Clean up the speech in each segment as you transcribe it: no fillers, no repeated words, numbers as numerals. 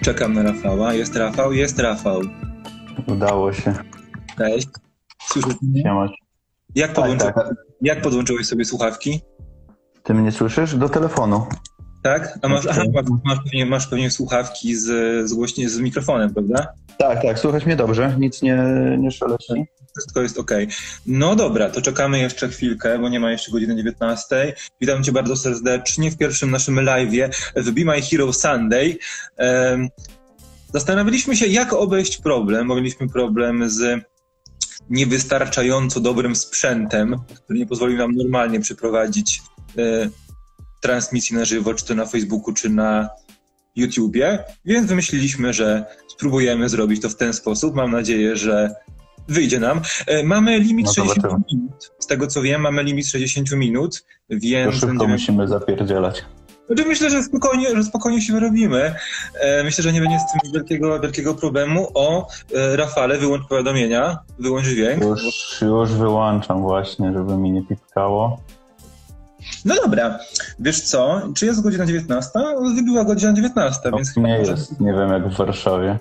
Czekam na Rafała. Jest Rafał? Jest Rafał. Udało się. Cześć. Słyszysz mnie? Siemać. Jak podłączyłeś sobie słuchawki? Ty mnie słyszysz? Do telefonu. Tak? A masz pewnie słuchawki z mikrofonem, prawda? Tak, słychać mnie dobrze. Nic nie szeleści. Wszystko jest okej. No dobra, to czekamy jeszcze chwilkę, bo nie ma jeszcze godziny 19. Witam Cię bardzo serdecznie w pierwszym naszym live'ie w Be My Hero Sunday. Zastanawialiśmy się, jak obejść problem, bo mieliśmy problem z niewystarczająco dobrym sprzętem, który nie pozwolił nam normalnie przeprowadzić transmisji na żywo, czy to na Facebooku, czy na YouTubie, więc wymyśliliśmy, że spróbujemy zrobić to w ten sposób. Mam nadzieję, że wyjdzie nam. Mamy limit 60 minut. Z tego co wiem, mamy limit 60 minut, więc to szybko musimy zapierdzielać. Myślę, że spokojnie się wyrobimy. Myślę, że nie będzie z tym wielkiego problemu. Rafale, wyłącz powiadomienia, wyłącz dźwięk. Już wyłączam właśnie, żeby mi nie pipkało. No dobra, wiesz co, czy jest godzina 19? Wybiła godzina 19, więc nie jest, nie wiem jak w Warszawie.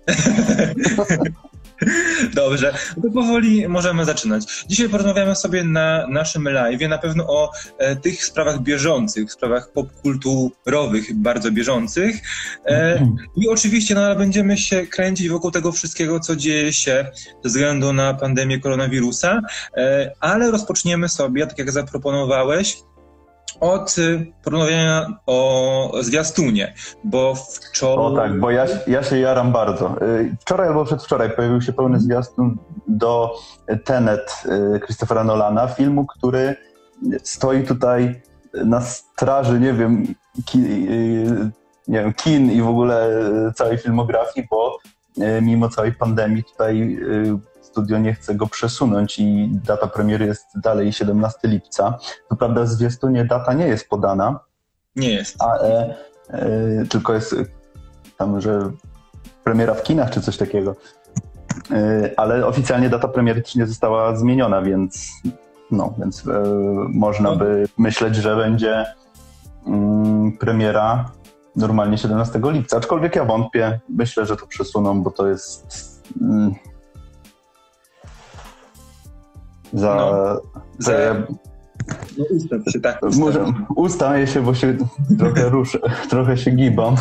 Dobrze, to powoli możemy zaczynać. Dzisiaj porozmawiamy sobie na naszym live'ie na pewno o tych sprawach bieżących, sprawach popkulturowych, bardzo bieżących. I oczywiście będziemy się kręcić wokół tego wszystkiego, co dzieje się ze względu na pandemię koronawirusa, ale rozpoczniemy sobie, tak jak zaproponowałeś, od porozmawiania o zwiastunie, bo wczoraj... O tak, bo ja się jaram bardzo. Wczoraj albo przedwczoraj pojawił się pełny zwiastun do Tenet Christophera Nolana, filmu, który stoi tutaj na straży, nie wiem, kin i w ogóle całej filmografii, bo mimo całej pandemii tutaj studio nie chce go przesunąć i data premiery jest dalej 17 lipca. Co prawda w zwiastunie data nie jest podana. Nie jest. Tylko jest tam, że premiera w kinach czy coś takiego. Ale oficjalnie data premiery też nie została zmieniona, więc można by myśleć, że będzie premiera normalnie 17 lipca. Aczkolwiek ja wątpię. Myślę, że to przesuną, bo to jest... Ustawię się, bo się trochę ruszę, trochę się gibam.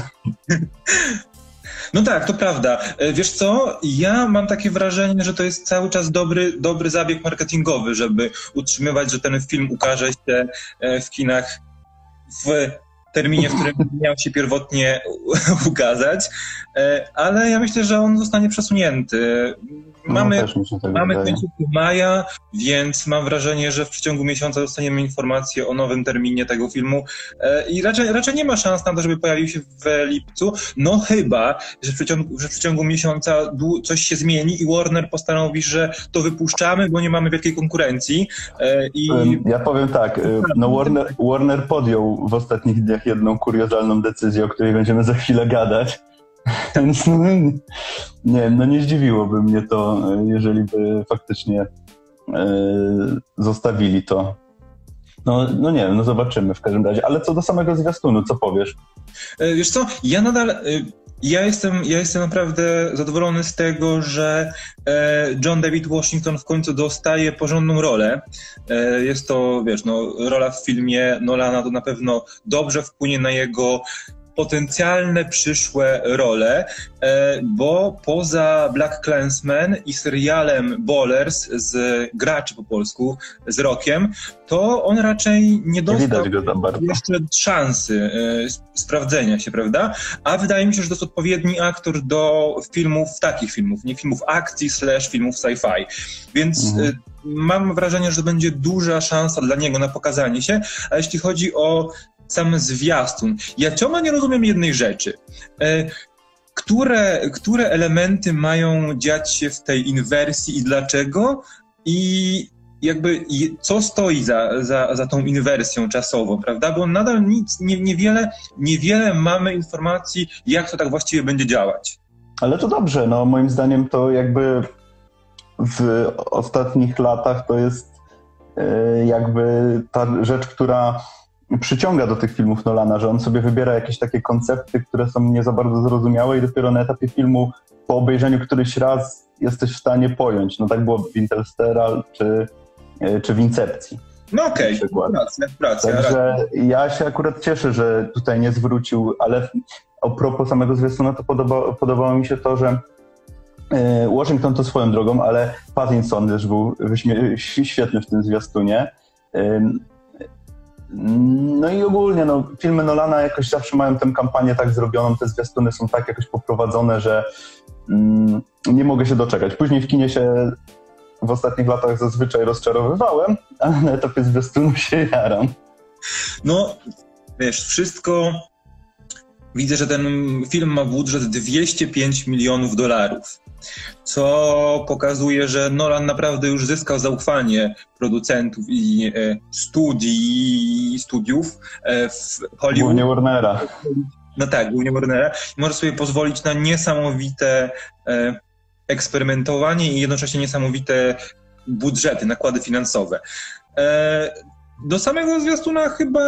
No tak, to prawda. Wiesz co, ja mam takie wrażenie, że to jest cały czas dobry zabieg marketingowy, żeby utrzymywać, że ten film ukaże się w kinach w terminie, w którym miał się pierwotnie ukazać, ale ja myślę, że on zostanie przesunięty. Mamy końcówkę maja, więc mam wrażenie, że w przeciągu miesiąca dostaniemy informację o nowym terminie tego filmu i raczej nie ma szans na to, żeby pojawił się w lipcu, no chyba, że w przeciągu miesiąca coś się zmieni i Warner postanowi, że to wypuszczamy, bo nie mamy wielkiej konkurencji. Ja powiem tak, Warner podjął w ostatnich dniach jedną kuriozalną decyzję, o której będziemy za chwilę gadać. Więc nie zdziwiłoby mnie to, jeżeli by faktycznie zostawili to. Zobaczymy w każdym razie. Ale co do samego zwiastunu, co powiesz? Wiesz co, ja jestem naprawdę zadowolony z tego, że John David Washington w końcu dostaje porządną rolę. Jest to, rola w filmie Nolana, to na pewno dobrze wpłynie na jego potencjalne przyszłe role, bo poza BlacKkKlansman i serialem Ballers z Graczy po polsku, z Rockiem, to on raczej nie dostał jeszcze szansy sprawdzenia się, prawda? A wydaje mi się, że to jest odpowiedni aktor do takich filmów, nie filmów akcji / filmów sci-fi. Więc mam wrażenie, że to będzie duża szansa dla niego na pokazanie się, a jeśli chodzi o sam zwiastun. Ja ciągle nie rozumiem jednej rzeczy. Które elementy mają dziać się w tej inwersji i dlaczego? I co stoi za tą inwersją czasową, prawda? Bo nadal niewiele mamy informacji, jak to tak właściwie będzie działać. Ale to dobrze, moim zdaniem to jakby w ostatnich latach to jest jakby ta rzecz, która przyciąga do tych filmów Nolana, że on sobie wybiera jakieś takie koncepty, które są nie za bardzo zrozumiałe i dopiero na etapie filmu, po obejrzeniu któryś raz jesteś w stanie pojąć. No tak było w Interstellar czy w Incepcji. No okej, racja. Także ja się akurat cieszę, że tutaj nie zwrócił, ale a propos samego zwiastuna, to podobało mi się to, że Washington to swoją drogą, ale Pattinson też był świetny w tym zwiastunie. No i ogólnie filmy Nolana jakoś zawsze mają tę kampanię tak zrobioną, te zwiastuny są tak jakoś poprowadzone, że nie mogę się doczekać. Później w kinie się w ostatnich latach zazwyczaj rozczarowywałem, ale na etapie zwiastunu się jaram. No, wiesz, wszystko... Widzę, że ten film ma budżet $205 milionów, co pokazuje, że Nolan naprawdę już zyskał zaufanie producentów i studiów w Hollywood. Głównie Warnera. No tak, głównie Warnera. Może sobie pozwolić na niesamowite eksperymentowanie i jednocześnie niesamowite budżety, nakłady finansowe. Do samego zwiastuna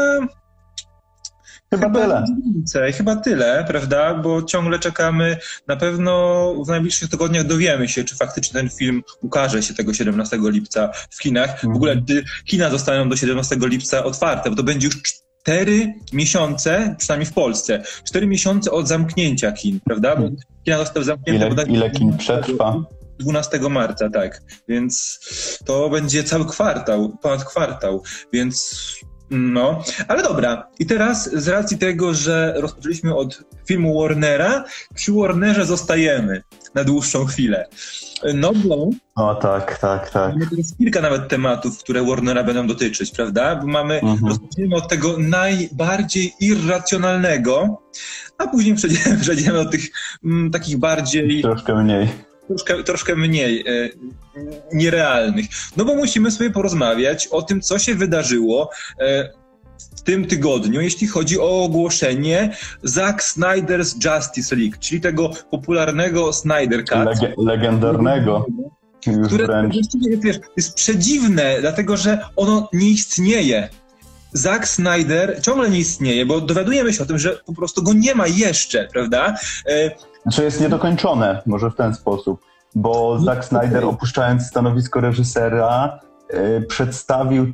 Chyba tyle, prawda? Bo ciągle czekamy. Na pewno w najbliższych tygodniach dowiemy się, czy faktycznie ten film ukaże się tego 17 lipca w kinach. W ogóle, czy kina zostaną do 17 lipca otwarte, bo to będzie już 4 miesiące, przynajmniej w Polsce, 4 miesiące od zamknięcia kin, prawda? Bo kina zostały zamknięte. Ile kin przetrwa? 12 marca, tak. Więc to będzie cały kwartał, ponad kwartał, więc... No, ale dobra. I teraz z racji tego, że rozpoczęliśmy od filmu Warnera, przy Warnerze zostajemy na dłuższą chwilę. No bo... O tak. Mamy teraz kilka nawet tematów, które Warnera będą dotyczyć, prawda? Bo rozpoczniemy od tego najbardziej irracjonalnego, a później przejdziemy do tych takich bardziej... Troszkę mniej nierealnych. No bo musimy sobie porozmawiać o tym, co się wydarzyło w tym tygodniu, jeśli chodzi o ogłoszenie Zack Snyder's Justice League, czyli tego popularnego Snyder Cut. Legendarnego. Które jest przedziwne, dlatego że ono nie istnieje. Zack Snyder ciągle nie istnieje, bo dowiadujemy się o tym, że po prostu go nie ma jeszcze, prawda? Znaczy jest niedokończone, może w ten sposób, bo Zack Snyder, opuszczając stanowisko reżysera, przedstawił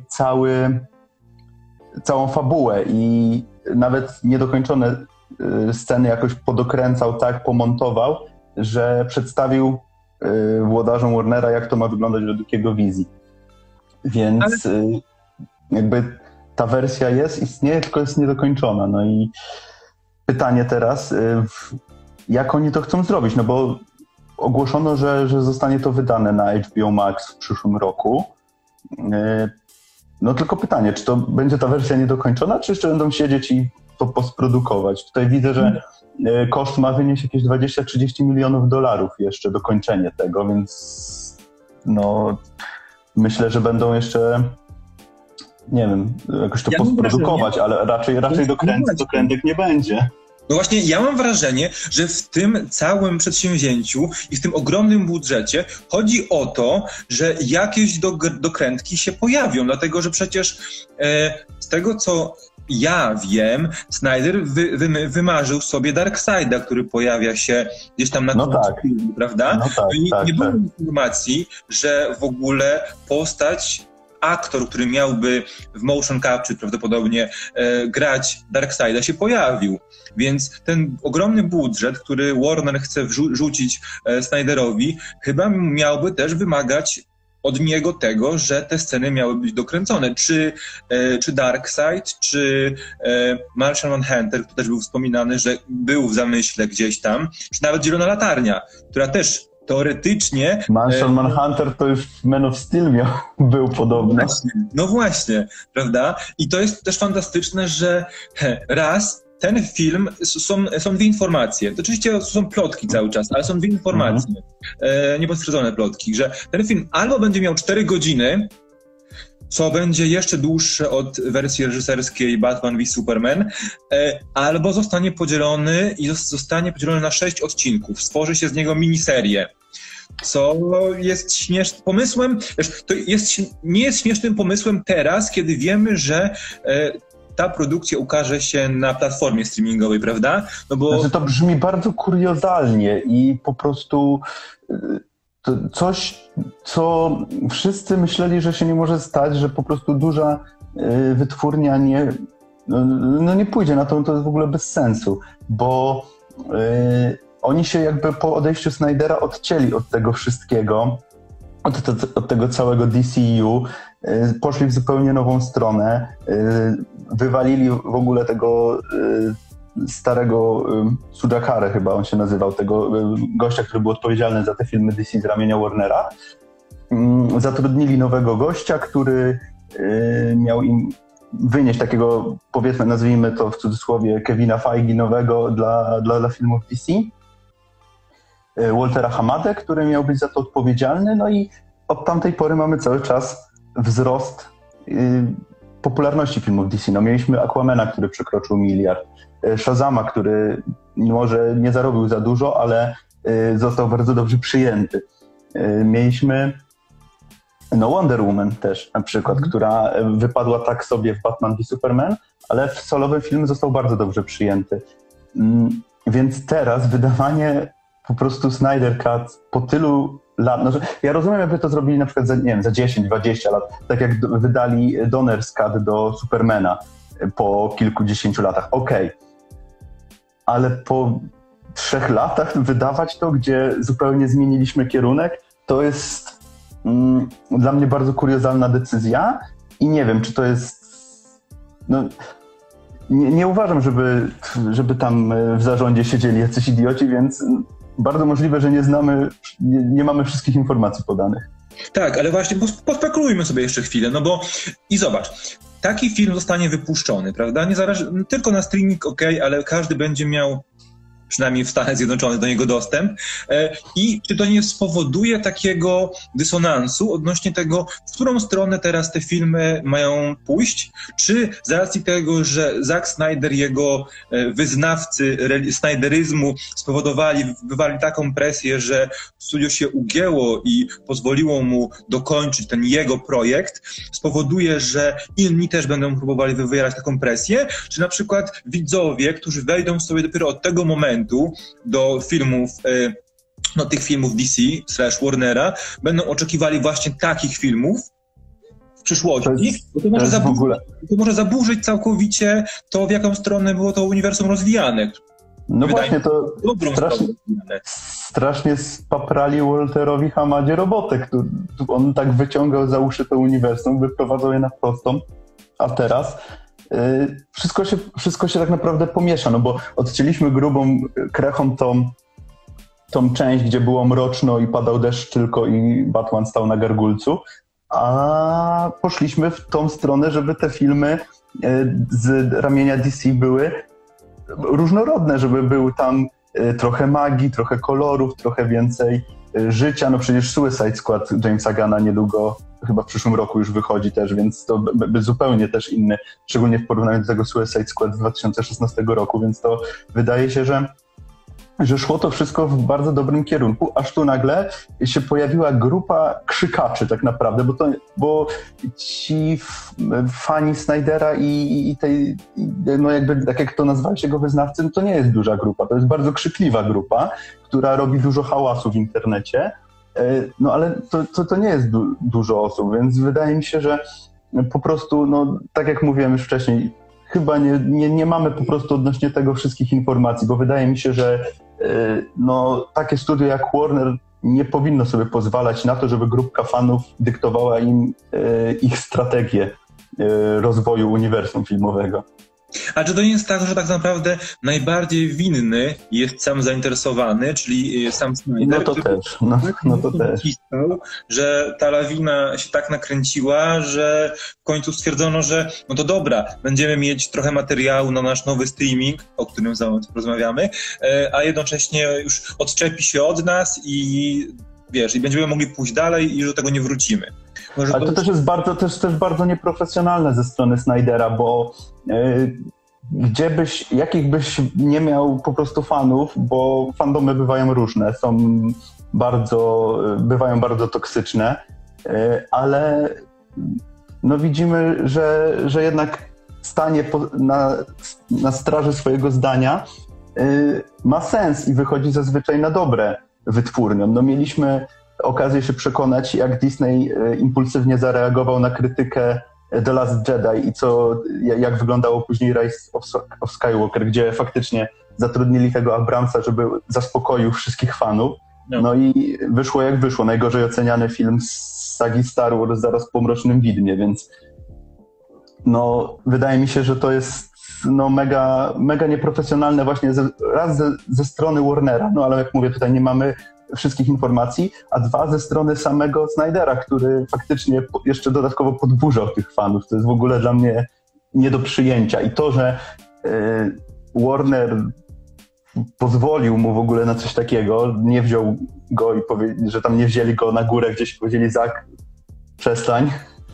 całą fabułę i nawet niedokończone sceny jakoś podokręcał, tak, pomontował, że przedstawił włodarzom Warnera, jak to ma wyglądać według jego wizji. Więc jakby ta wersja istnieje, tylko jest niedokończona. No i pytanie teraz, jak oni to chcą zrobić? No bo ogłoszono, że zostanie to wydane na HBO Max w przyszłym roku. No tylko pytanie, czy to będzie ta wersja niedokończona, czy jeszcze będą siedzieć i to postprodukować? Tutaj widzę, że koszt ma wynieść jakieś $20-30 milionów jeszcze dokończenie tego, więc no myślę, że będą jeszcze, nie wiem, jakoś to postprodukować, ale raczej dokrętek nie będzie. No właśnie, ja mam wrażenie, że w tym całym przedsięwzięciu i w tym ogromnym budżecie chodzi o to, że jakieś dokrętki się pojawią, dlatego że przecież z tego, co ja wiem, Snyder wymarzył sobie Darkseida, który pojawia się gdzieś tam na końcu filmu, prawda? No tak, I nie było informacji, że w ogóle aktor, który miałby w motion capture prawdopodobnie grać Darkseida, się pojawił. Więc ten ogromny budżet, który Warner chce rzucić Snyderowi, chyba miałby też wymagać od niego tego, że te sceny miały być dokręcone. Czy Darkseid, czy Martian Manhunter, który też był wspominany, że był w zamyśle gdzieś tam, czy nawet Zielona Latarnia, która też teoretycznie... Martian Manhunter to już w Man of Steel był podobny. No właśnie, prawda? I to jest też fantastyczne, że ten film, są dwie informacje. To oczywiście są plotki cały czas, ale są dwie informacje, niepotwierdzone plotki, że ten film albo będzie miał 4 godziny, co będzie jeszcze dłuższe od wersji reżyserskiej Batman v Superman, albo zostanie podzielony na 6 odcinków. Stworzy się z niego miniserię. Co jest śmiesznym pomysłem, nie jest śmiesznym pomysłem teraz, kiedy wiemy, że ta produkcja ukaże się na platformie streamingowej, prawda? No bo... Znaczy, to brzmi bardzo kuriozalnie i po prostu to coś, co wszyscy myśleli, że się nie może stać, że po prostu duża wytwórnia nie pójdzie na to jest w ogóle bez sensu, bo oni się jakby po odejściu Snydera odcięli od tego wszystkiego, od tego całego DCU, poszli w zupełnie nową stronę, wywalili w ogóle tego starego Sujakarę chyba on się nazywał, tego gościa, który był odpowiedzialny za te filmy DC z ramienia Warnera. Zatrudnili nowego gościa, który miał im wynieść takiego, powiedzmy, nazwijmy to w cudzysłowie, Kevina Feige nowego dla filmów DC. Waltera Hamadę, który miał być za to odpowiedzialny, no i od tamtej pory mamy cały czas wzrost popularności filmów DC. No mieliśmy Aquamana, który przekroczył 1 miliard, Shazama, który może nie zarobił za dużo, ale został bardzo dobrze przyjęty. Mieliśmy Wonder Woman też na przykład, która wypadła tak sobie w Batman v Superman, ale w solowy film został bardzo dobrze przyjęty. Więc teraz wydawanie po prostu Snyder Cut po tylu lat, no, ja rozumiem, jakby to zrobili na przykład za 10-20 lat, tak jak wydali Donner's Cut do Supermana po kilkudziesięciu latach, okej. Ale po 3 latach wydawać to, gdzie zupełnie zmieniliśmy kierunek, to jest dla mnie bardzo kuriozalna decyzja i nie wiem, czy to jest... No, nie uważam, żeby tam w zarządzie siedzieli jacyś idioci, więc bardzo możliwe, że nie mamy wszystkich informacji podanych. Tak, ale właśnie pospekulujmy sobie jeszcze chwilę, no bo i zobacz, taki film zostanie wypuszczony, prawda? Nie tylko na streaming, ale każdy będzie miał, przynajmniej w Stanach Zjednoczonych, do niego dostęp. I czy to nie spowoduje takiego dysonansu odnośnie tego, w którą stronę teraz te filmy mają pójść? Czy z racji tego, że Zack Snyder, jego wyznawcy snyderyzmu wywali taką presję, że studio się ugięło i pozwoliło mu dokończyć ten jego projekt, spowoduje, że inni też będą próbowali wywierać taką presję? Czy na przykład widzowie, którzy wejdą sobie dopiero od tego momentu do filmów, tych filmów DC/Warnera, będą oczekiwali właśnie takich filmów w przyszłości, bo to może zaburzyć całkowicie to, w jaką stronę było to uniwersum rozwijane. No właśnie, to strasznie spaprali Walterowi Hamadzie robotę, on tak wyciągał za uszy to uniwersum, wyprowadzał je na prostą, a teraz wszystko się tak naprawdę pomiesza, no bo odcięliśmy grubą krechą tą część, gdzie było mroczno i padał deszcz tylko i Batman stał na gargulcu, a poszliśmy w tą stronę, żeby te filmy z ramienia DC były różnorodne, żeby był tam trochę magii, trochę kolorów, trochę więcej życia. No przecież Suicide Squad Jamesa Gunna niedługo, chyba w przyszłym roku już wychodzi też, więc to zupełnie też inny, szczególnie w porównaniu do tego Suicide Squad z 2016 roku, więc to wydaje się, że szło to wszystko w bardzo dobrym kierunku, aż tu nagle się pojawiła grupa krzykaczy tak naprawdę, bo ci fani Snydera i tej, no jakby tak jak to nazwałeś jego wyznawcy, no to nie jest duża grupa, to jest bardzo krzykliwa grupa, która robi dużo hałasu w internecie, no ale to nie jest dużo osób, więc wydaje mi się, że po prostu, no tak jak mówiłem już wcześniej, chyba nie mamy po prostu odnośnie tego wszystkich informacji, bo wydaje mi się, że no, takie studio jak Warner nie powinno sobie pozwalać na to, żeby grupka fanów dyktowała im ich strategię rozwoju uniwersum filmowego. A czy to nie jest tak, że tak naprawdę najbardziej winny jest sam zainteresowany, czyli sam Snyder? No to też. No to też. Nacisnął, że ta lawina się tak nakręciła, że w końcu stwierdzono, że no to dobra, będziemy mieć trochę materiału na nasz nowy streaming, o którym rozmawiamy, a jednocześnie już odczepi się od nas i wiesz, i będziemy mogli pójść dalej i już do tego nie wrócimy. Może ale to też jest też bardzo nieprofesjonalne ze strony Snydera, bo jakich byś nie miał po prostu fanów, bo fandomy bywają różne, bywają bardzo toksyczne, ale no widzimy, że jednak stanie na straży swojego zdania, ma sens i wychodzi zazwyczaj na dobre wytwórniom. No mieliśmy okazję się przekonać, jak Disney impulsywnie zareagował na krytykę The Last Jedi i jak wyglądało później Rise of Skywalker, gdzie faktycznie zatrudnili tego Abramsa, żeby zaspokoił wszystkich fanów. No i wyszło jak wyszło. Najgorzej oceniany film z sagi Star Wars zaraz po Mrocznym Widmie, więc no wydaje mi się, że to jest no mega nieprofesjonalne właśnie ze strony Warnera, no ale jak mówię, tutaj nie mamy wszystkich informacji, a dwa ze strony samego Snydera, który faktycznie jeszcze dodatkowo podburzał tych fanów. To jest w ogóle dla mnie nie do przyjęcia. I to, że Warner pozwolił mu w ogóle na coś takiego, nie wziął go i że tam nie wzięli go na górę gdzieś, powiedzieli Zak, przestań,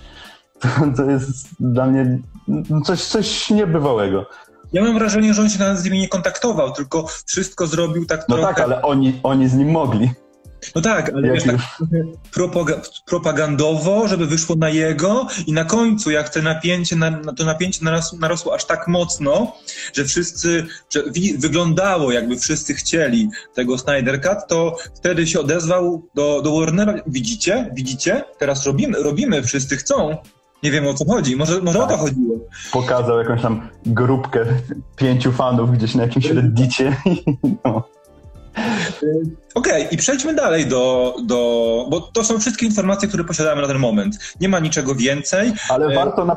to jest dla mnie coś niebywałego. Ja mam wrażenie, że on się nawet z nimi nie kontaktował, tylko wszystko zrobił tak no trochę... No tak, ale oni z nim mogli. No tak, ale wiesz, tak propagandowo, żeby wyszło na jego i na końcu, jak to napięcie narosło aż tak mocno, że wyglądało jakby wszyscy chcieli tego Snyder Cut, to wtedy się odezwał do Warnera. Widzicie? Teraz robimy, wszyscy chcą. Nie wiem, o co chodzi. Może tak. O to chodziło. Pokazał jakąś tam grupkę 5 fanów gdzieś na jakimś reddicie. No. Okej, i przejdźmy dalej bo to są wszystkie informacje, które posiadamy na ten moment. Nie ma niczego więcej. Ale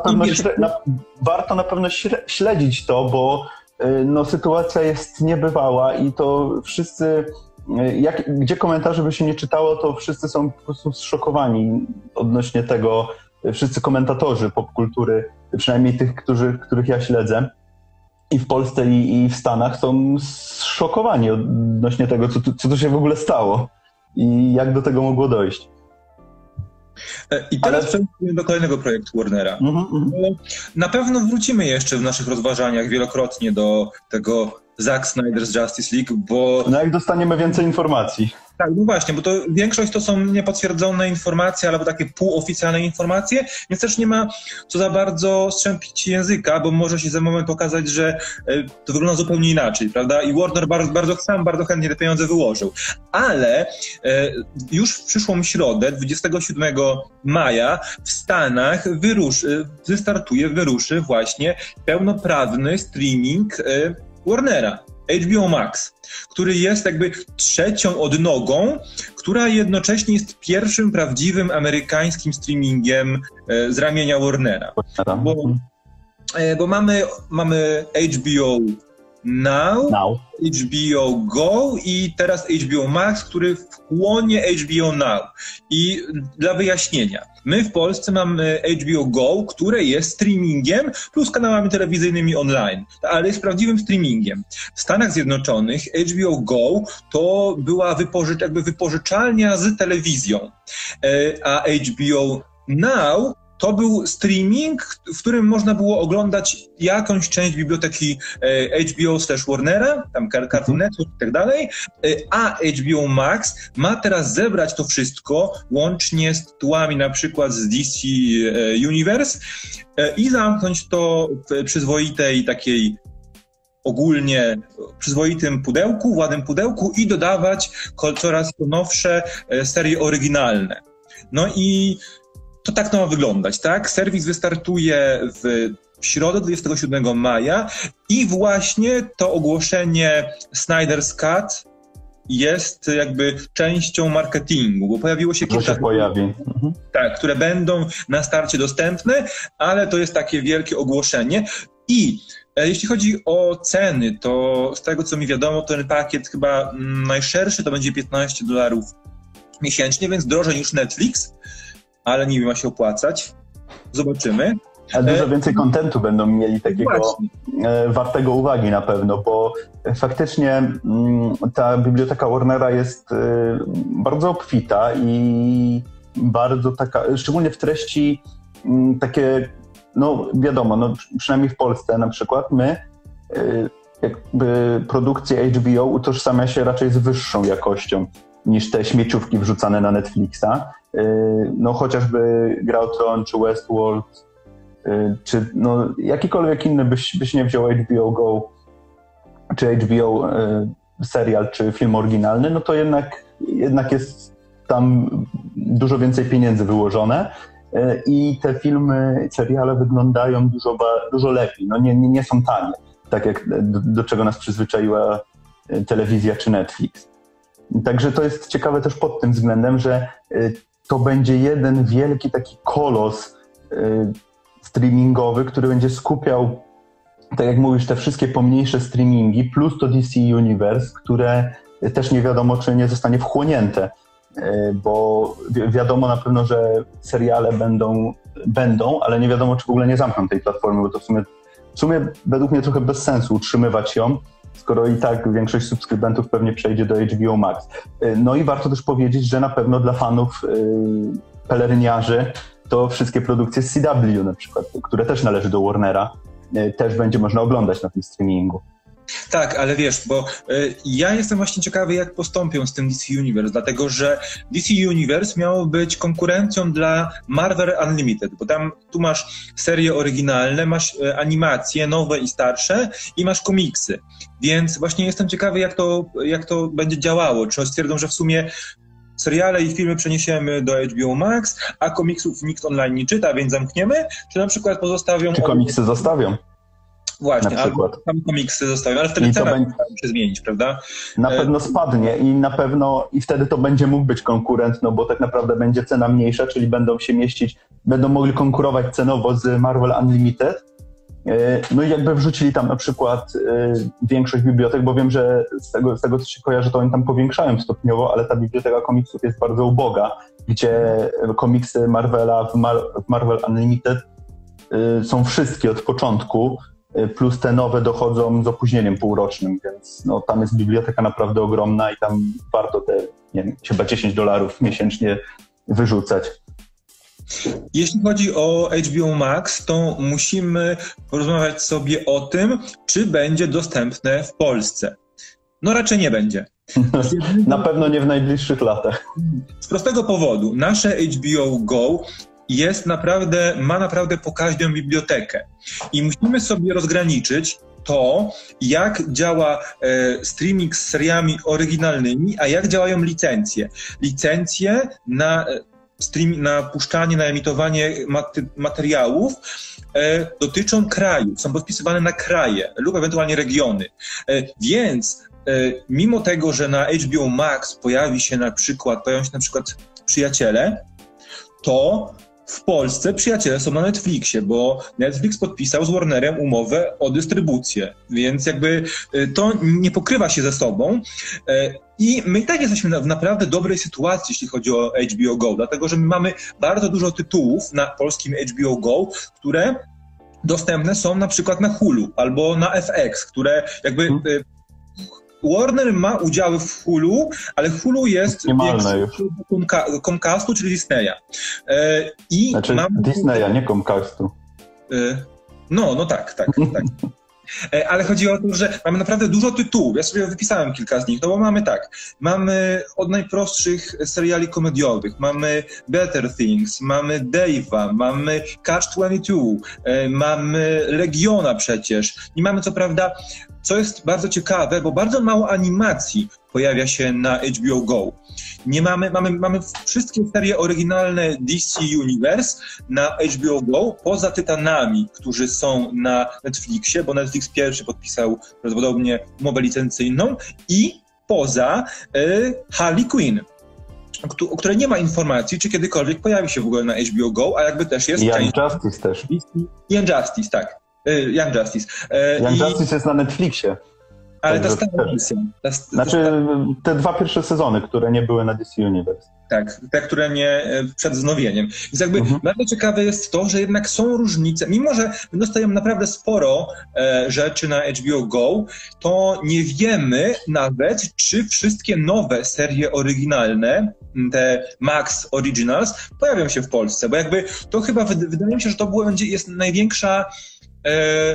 warto na pewno śledzić to, bo no, sytuacja jest niebywała i to wszyscy, gdzie komentarze by się nie czytało, to wszyscy są po prostu zszokowani odnośnie tego. Wszyscy komentatorzy popkultury, przynajmniej tych, których ja śledzę, i w Polsce, i w Stanach, są zszokowani odnośnie tego, co tu się w ogóle stało i jak do tego mogło dojść. I teraz przechodzimy do kolejnego projektu Warnera. Na pewno wrócimy jeszcze w naszych rozważaniach wielokrotnie do tego Zack Snyder's Justice League, bo... No jak dostaniemy więcej informacji. Tak, no właśnie, bo to większość to są niepotwierdzone informacje albo takie półoficjalne informacje, więc też nie ma co za bardzo strzępić języka, bo może się za moment okazać, że to wygląda zupełnie inaczej, prawda? I Warner bardzo chętnie te pieniądze wyłożył. Ale już w przyszłą środę, 27 maja w Stanach wyruszy właśnie pełnoprawny streaming Warnera, HBO Max, który jest jakby trzecią odnogą, która jednocześnie jest pierwszym prawdziwym amerykańskim streamingiem z ramienia Warnera. Bo mamy HBO Now, HBO Go i teraz HBO Max, który wchłonie HBO Now. I dla wyjaśnienia, my w Polsce mamy HBO Go, które jest streamingiem plus kanałami telewizyjnymi online, ale jest prawdziwym streamingiem. W Stanach Zjednoczonych HBO Go to była wypożyczalnia z telewizją, a HBO Now to był streaming, w którym można było oglądać jakąś część biblioteki HBO/Warnera, tam Cartoon Network i tak dalej, a HBO Max ma teraz zebrać to wszystko, łącznie z tytułami na przykład z DC Universe i zamknąć to w przyzwoitej takiej ogólnie przyzwoitym pudełku, ładnym pudełku i dodawać coraz nowsze serie oryginalne. No i to tak to ma wyglądać, tak? Serwis wystartuje w środę 27 maja i właśnie to ogłoszenie Snyder's Cut jest jakby częścią marketingu, bo pojawiło się kilka... Tak, które będą na starcie dostępne, ale to jest takie wielkie ogłoszenie. I jeśli chodzi o ceny, to z tego co mi wiadomo, ten pakiet chyba najszerszy to będzie $15 miesięcznie, więc drożej niż Netflix, ale nie ma się opłacać. Zobaczymy. A dużo więcej kontentu będą mieli takiego wartego uwagi na pewno, bo faktycznie ta biblioteka Warnera jest bardzo obfita i bardzo taka, szczególnie w treści takie, no wiadomo, no przynajmniej w Polsce na przykład my jakby produkcje HBO utożsamia się raczej z wyższą jakością niż te śmieciówki wrzucane na Netflixa. No chociażby Gra o Tron czy Westworld czy no, jakikolwiek inny byś nie wziął HBO Go, czy HBO serial, czy film oryginalny, no to jednak jest tam dużo więcej pieniędzy wyłożone i te filmy, seriale wyglądają dużo lepiej, no nie są tanie, tak jak do czego nas przyzwyczaiła telewizja czy Netflix. Także to jest ciekawe też pod tym względem, że to będzie jeden wielki taki kolos streamingowy, który będzie skupiał, tak jak mówisz, te wszystkie pomniejsze streamingi, plus to DC Universe, które też nie wiadomo, czy nie zostanie wchłonięte, bo wiadomo na pewno, że seriale będą, ale nie wiadomo, czy w ogóle nie zamkną tej platformy, bo to w sumie według mnie trochę bez sensu utrzymywać ją, skoro i tak większość subskrybentów pewnie przejdzie do HBO Max. No i warto też powiedzieć, że na pewno dla fanów peleryniarzy to wszystkie produkcje z CW na przykład, które też należy do Warnera, też będzie można oglądać na tym streamingu. Tak, ale wiesz, bo ja jestem właśnie ciekawy, jak postąpią z tym DC Universe, dlatego że DC Universe miało być konkurencją dla Marvel Unlimited, bo tu masz serie oryginalne, masz animacje nowe i starsze i masz komiksy, więc właśnie jestem ciekawy, jak to będzie działało, czy stwierdzą, że w sumie seriale i filmy przeniesiemy do HBO Max, a komiksów nikt online nie czyta, więc zamkniemy, czy na przykład pozostawią... Czy komiksy zostawią? Właśnie, albo tam komiksy zostawią, ale wtedy cena będzie się zmienić, prawda? Na pewno spadnie i wtedy to będzie mógł być konkurent, no bo tak naprawdę będzie cena mniejsza, czyli będą mogli konkurować cenowo z Marvel Unlimited. No i jakby wrzucili tam na przykład większość bibliotek, bo wiem, że z tego co się kojarzy, to oni tam powiększają stopniowo, ale ta biblioteka komiksów jest bardzo uboga, gdzie komiksy Marvela w Marvel Unlimited są wszystkie od początku, plus te nowe dochodzą z opóźnieniem półrocznym, więc no, tam jest biblioteka naprawdę ogromna i tam warto te, nie wiem, chyba $10 miesięcznie wyrzucać. Jeśli chodzi o HBO Max, to musimy porozmawiać sobie o tym, czy będzie dostępne w Polsce. No raczej nie będzie. Na pewno nie w najbliższych latach. Z prostego powodu. Nasze HBO Go ma naprawdę pokaźną bibliotekę i musimy sobie rozgraniczyć to, jak działa streaming z seriami oryginalnymi, a jak działają licencje. Licencje na puszczanie, na emitowanie materiałów dotyczą krajów, są podpisywane na kraje lub ewentualnie regiony. Więc mimo tego, że na HBO Max pojawią się na przykład Przyjaciele, to w Polsce Przyjaciele są na Netflixie, bo Netflix podpisał z Warnerem umowę o dystrybucję, więc jakby to nie pokrywa się ze sobą i my i tak jesteśmy w naprawdę dobrej sytuacji, jeśli chodzi o HBO Go, dlatego że my mamy bardzo dużo tytułów na polskim HBO Go, które dostępne są na przykład na Hulu albo na FX, które jakby... Warner ma udziały w Hulu, ale Hulu jest Comcastu, czyli Disneya. Disneya, nie Comcastu. No tak. Ale chodzi o to, że mamy naprawdę dużo tytułów. Ja sobie wypisałem kilka z nich, no bo mamy od najprostszych seriali komediowych, mamy Better Things, mamy Dave'a, mamy Catch-22, mamy Legiona przecież i mamy co prawda, co jest bardzo ciekawe, bo bardzo mało animacji pojawia się na HBO Go. Mamy wszystkie serie oryginalne DC Universe na HBO Go, poza Tytanami, którzy są na Netflixie, bo Netflix pierwszy podpisał prawdopodobnie umowę licencyjną i poza Harley Quinn, o której nie ma informacji, czy kiedykolwiek pojawi się w ogóle na HBO Go, a jakby też jest... Young Justice też. Young Justice, tak. Young Justice. Justice jest na Netflixie. Ale ta stara wersja. Te dwa pierwsze sezony, które nie były na DC Universe. Tak, te, które nie przed wznowieniem. Więc jakby bardzo ciekawe jest to, że jednak są różnice. Mimo że my dostajemy naprawdę sporo rzeczy na HBO Go, to nie wiemy nawet, czy wszystkie nowe serie oryginalne, te Max Originals, pojawią się w Polsce. Bo jakby to chyba wydaje mi się, że to jest największa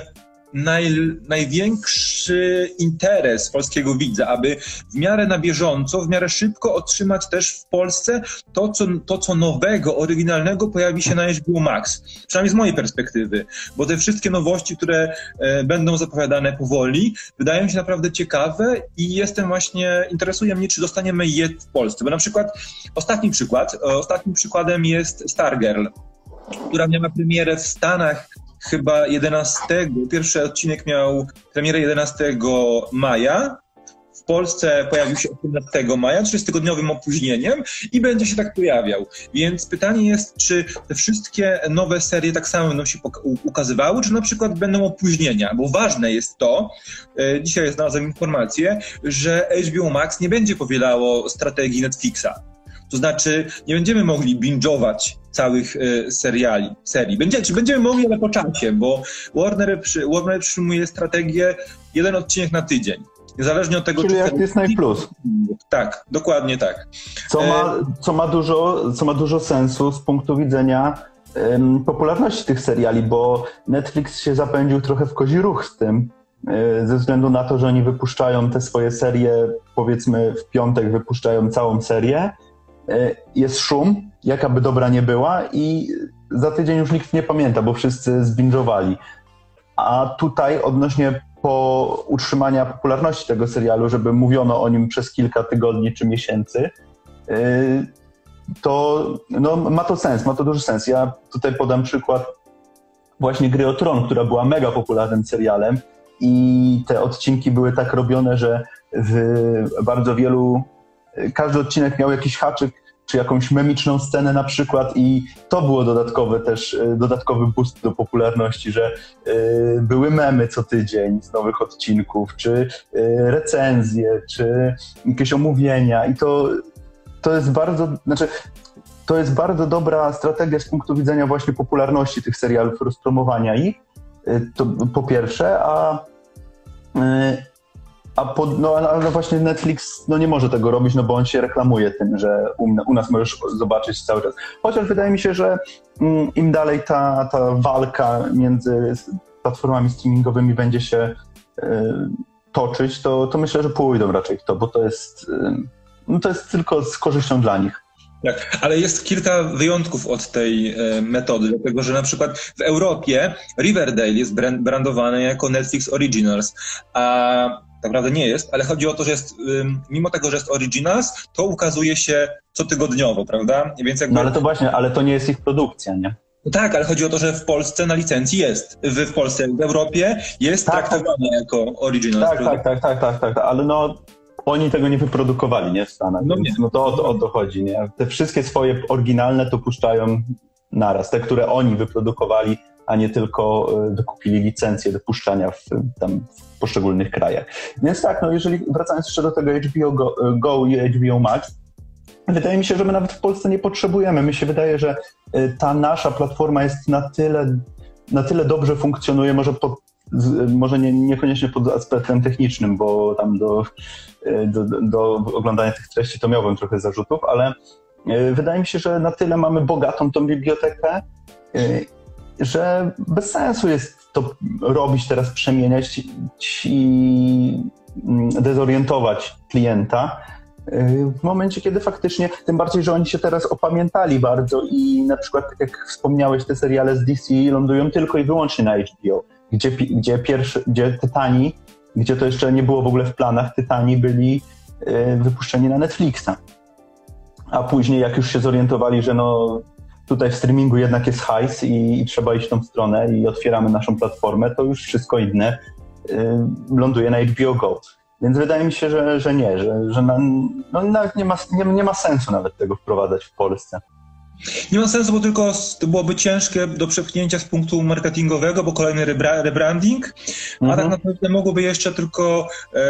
największy interes polskiego widza, aby w miarę na bieżąco, w miarę szybko otrzymać też w Polsce to, co nowego, oryginalnego pojawi się na HBO Max. Przynajmniej z mojej perspektywy, bo te wszystkie nowości, które będą zapowiadane powoli, wydają się naprawdę ciekawe i interesuje mnie, czy dostaniemy je w Polsce. Bo na przykład ostatnim przykładem jest Stargirl, która miała premierę w Stanach chyba 11. Pierwszy odcinek miał premierę 11 maja. W Polsce pojawił się 18 maja, 30-dniowym opóźnieniem i będzie się tak pojawiał. Więc pytanie jest, czy te wszystkie nowe serie tak samo będą się ukazywały, czy na przykład będą opóźnienia? Bo ważne jest to, dzisiaj znalazłem informację, że HBO Max nie będzie powielało strategii Netflixa. To znaczy nie będziemy mogli binge'ować całych serii. Będziemy mogli, ale po czasie, bo Warner przyjmuje strategię jeden odcinek na tydzień. Niezależnie od tego, czyli jak Disney Plus. Tak, dokładnie tak. Co ma dużo sensu z punktu widzenia popularności tych seriali, bo Netflix się zapędził trochę w kozi ruch z tym, ze względu na to, że oni wypuszczają te swoje serie, powiedzmy w piątek wypuszczają całą serię, jest szum, jaka by dobra nie była i za tydzień już nikt nie pamięta, bo wszyscy zbinge'owali. A tutaj odnośnie utrzymania popularności tego serialu, żeby mówiono o nim przez kilka tygodni czy miesięcy, to ma to sens, ma to duży sens. Ja tutaj podam przykład właśnie Gry o Tron, która była mega popularnym serialem i te odcinki były tak robione, że w bardzo wielu każdy odcinek miał jakiś haczyk, czy jakąś memiczną scenę na przykład i to było dodatkowy boost do popularności, że były memy co tydzień z nowych odcinków, czy recenzje, czy jakieś omówienia i to jest bardzo dobra strategia z punktu widzenia właśnie popularności tych serialów, rozpromowania ich, to po pierwsze, ale właśnie Netflix nie może tego robić, bo on się reklamuje tym, że u nas możesz zobaczyć cały czas. Chociaż wydaje mi się, że im dalej ta walka między platformami streamingowymi będzie się toczyć, to myślę, że pójdą raczej w to, bo to jest tylko z korzyścią dla nich. Tak, ale jest kilka wyjątków od tej metody, dlatego że na przykład w Europie Riverdale jest brandowane jako Netflix Originals, a tak naprawdę nie jest, ale chodzi o to, że jest, mimo tego, że jest Originals, to ukazuje się cotygodniowo, prawda? Więc jakby... No ale to właśnie, ale to nie jest ich produkcja, nie? No tak, ale chodzi o to, że w Polsce na licencji jest. W Europie jest traktowane jako Originals. Tak, ale oni tego nie wyprodukowali, nie, w Stanach, więc to o to chodzi, nie? Te wszystkie swoje oryginalne to puszczają naraz, te, które oni wyprodukowali, a nie tylko dokupili licencję do puszczania w poszczególnych krajach. Więc tak, jeżeli wracając jeszcze do tego HBO Go i HBO Max, wydaje mi się, że my nawet w Polsce nie potrzebujemy. Mi się wydaje, że ta nasza platforma jest na tyle dobrze funkcjonuje, może niekoniecznie pod aspektem technicznym, bo tam do oglądania tych treści to miałbym trochę zarzutów, ale wydaje mi się, że na tyle mamy bogatą tą bibliotekę, że bez sensu jest to robić teraz, przemieniać i dezorientować klienta w momencie, kiedy faktycznie, tym bardziej, że oni się teraz opamiętali bardzo i na przykład, tak jak wspomniałeś, te seriale z DC lądują tylko i wyłącznie na HBO, gdzie Tytani, gdzie to jeszcze nie było w ogóle w planach, Tytani byli wypuszczeni na Netflixa. A później, jak już się zorientowali, że tutaj w streamingu jednak jest hajs i trzeba iść w tą stronę i otwieramy naszą platformę, to już wszystko inne ląduje na HBO Go. Więc wydaje mi się, że nie, że nie ma sensu nawet tego wprowadzać w Polsce. Nie ma sensu, bo tylko to byłoby ciężkie do przepchnięcia z punktu marketingowego, bo kolejny rebranding, a tak naprawdę mogłoby jeszcze tylko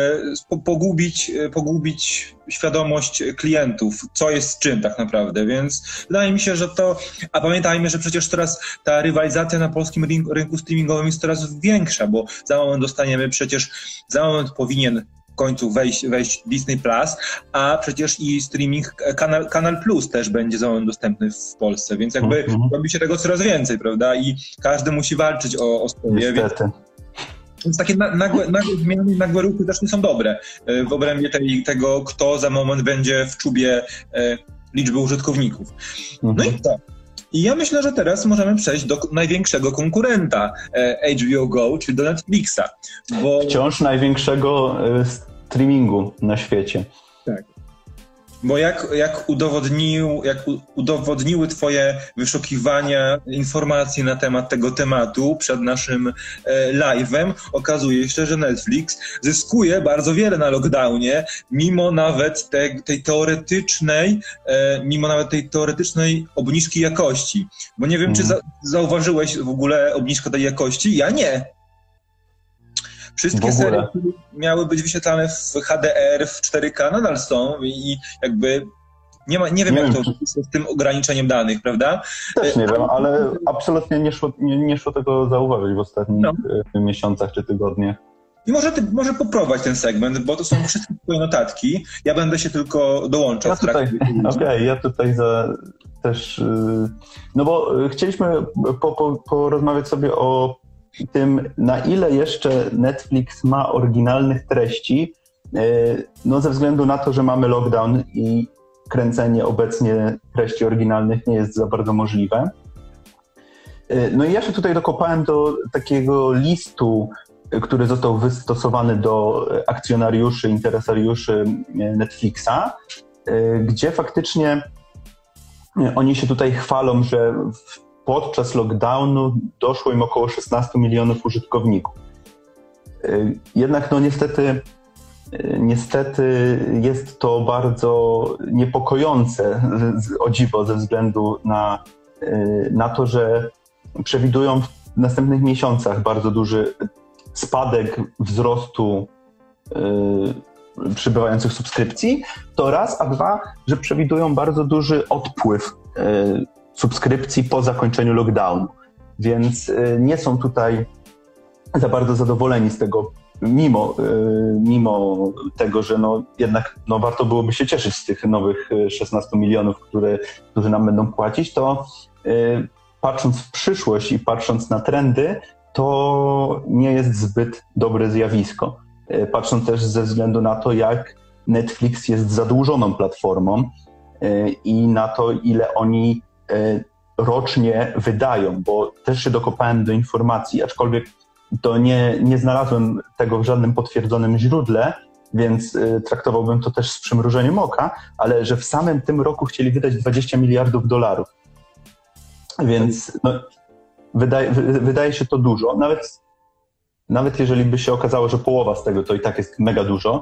pogubić świadomość klientów, co jest z czym tak naprawdę, więc wydaje mi się, że a pamiętajmy, że przecież teraz ta rywalizacja na polskim rynku streamingowym jest coraz większa, bo za moment powinien w końcu wejść Disney Plus, a przecież i streaming Kanal Plus też będzie za moment dostępny w Polsce, więc jakby robi się tego coraz więcej, prawda? I każdy musi walczyć o swoje. Niestety. Więc takie nagłe zmiany, nagłe ruchy też nie są dobre w obrębie tego, kto za moment będzie w czubie liczby użytkowników. No i tak. I ja myślę, że teraz możemy przejść do największego konkurenta HBO Go, czyli do Netflixa. Bo... Wciąż największego streamingu na świecie. Tak. Bo jak udowodniły twoje wyszukiwania informacji na temat tego tematu przed naszym live'em, okazuje się, że Netflix zyskuje bardzo wiele na lockdownie, mimo nawet tej teoretycznej obniżki jakości. Bo nie wiem, czy zauważyłeś w ogóle obniżkę tej jakości? Ja nie. Wszystkie serie, które miały być wyświetlane w HDR, w 4K nadal są i jakby nie wiem, jak to z tym ograniczeniem danych, prawda? Też nie wiem, ale absolutnie nie szło tego zauważyć w ostatnich miesiącach czy tygodniach. I może poprowadź ten segment, bo to są wszystkie twoje notatki. Ja będę się tylko dołączał. Ja tutaj też... No bo chcieliśmy porozmawiać sobie o tym, na ile jeszcze Netflix ma oryginalnych treści, no ze względu na to, że mamy lockdown i kręcenie obecnie treści oryginalnych nie jest za bardzo możliwe. No i ja się tutaj dokopałem do takiego listu, który został wystosowany do akcjonariuszy, interesariuszy Netflixa, gdzie faktycznie oni się tutaj chwalą, że podczas lockdownu doszło im około 16 milionów użytkowników. Jednak no niestety jest to bardzo niepokojące, o dziwo, ze względu na to, że przewidują w następnych miesiącach bardzo duży spadek wzrostu przybywających subskrypcji, to raz, a dwa, że przewidują bardzo duży odpływ subskrypcji po zakończeniu lockdownu. Więc nie są tutaj za bardzo zadowoleni z tego, mimo tego, że jednak warto byłoby się cieszyć z tych nowych 16 milionów, którzy nam będą płacić, to patrząc w przyszłość i patrząc na trendy, to nie jest zbyt dobre zjawisko. Patrząc też ze względu na to, jak Netflix jest zadłużoną platformą i na to, ile oni rocznie wydają, bo też się dokopałem do informacji, aczkolwiek to nie znalazłem tego w żadnym potwierdzonym źródle, więc traktowałbym to też z przymrużeniem oka, ale że w samym tym roku chcieli wydać $20 miliardów. Więc wydaje się to dużo. Nawet jeżeli by się okazało, że połowa z tego to i tak jest mega dużo.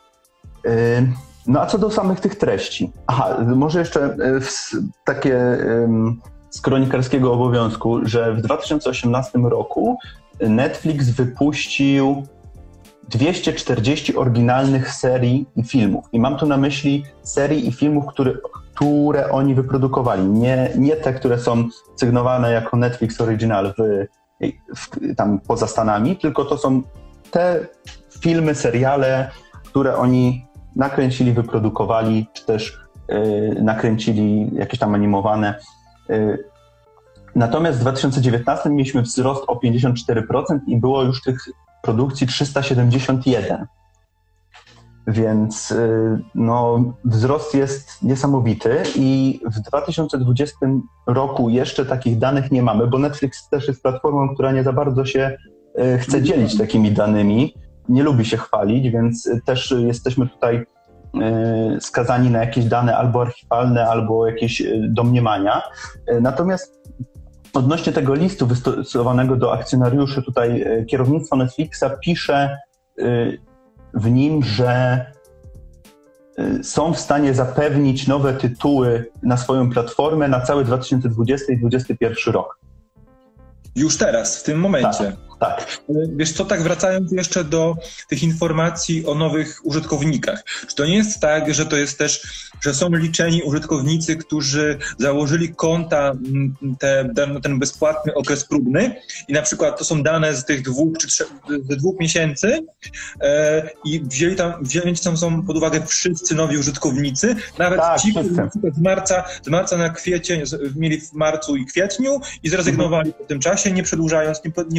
No a co do samych tych treści? Aha, może jeszcze takie z kronikarskiego obowiązku, że w 2018 roku Netflix wypuścił 240 oryginalnych serii i filmów. I mam tu na myśli serii i filmów, które oni wyprodukowali. Nie te, które są sygnowane jako Netflix Original tam poza Stanami, tylko to są te filmy, seriale, które oni nakręcili, wyprodukowali, czy też nakręcili jakieś tam animowane. Natomiast w 2019 mieliśmy wzrost o 54% i było już tych produkcji 371. Więc wzrost jest niesamowity i w 2020 roku jeszcze takich danych nie mamy, bo Netflix też jest platformą, która nie za bardzo się chce dzielić takimi danymi, nie lubi się chwalić, więc też jesteśmy tutaj skazani na jakieś dane albo archiwalne, albo jakieś domniemania. Natomiast odnośnie tego listu wystosowanego do akcjonariuszy, tutaj kierownictwo Netflixa pisze w nim, że są w stanie zapewnić nowe tytuły na swoją platformę na cały 2020 i 2021 rok. Już teraz, w tym momencie. Tak. Wiesz co, tak wracając jeszcze do tych informacji o nowych użytkownikach. Czy to nie jest tak, że to jest też, że są liczeni użytkownicy, którzy założyli konta ten bezpłatny okres próbny i na przykład to są dane z tych 2 czy 3, ze 2 miesięcy i wzięli tam pod uwagę wszyscy nowi użytkownicy, nawet ci, którzy na przykład z marca na kwiecień mieli w marcu i kwietniu i zrezygnowali po tym czasie, nie przedłużając, nie podpinając.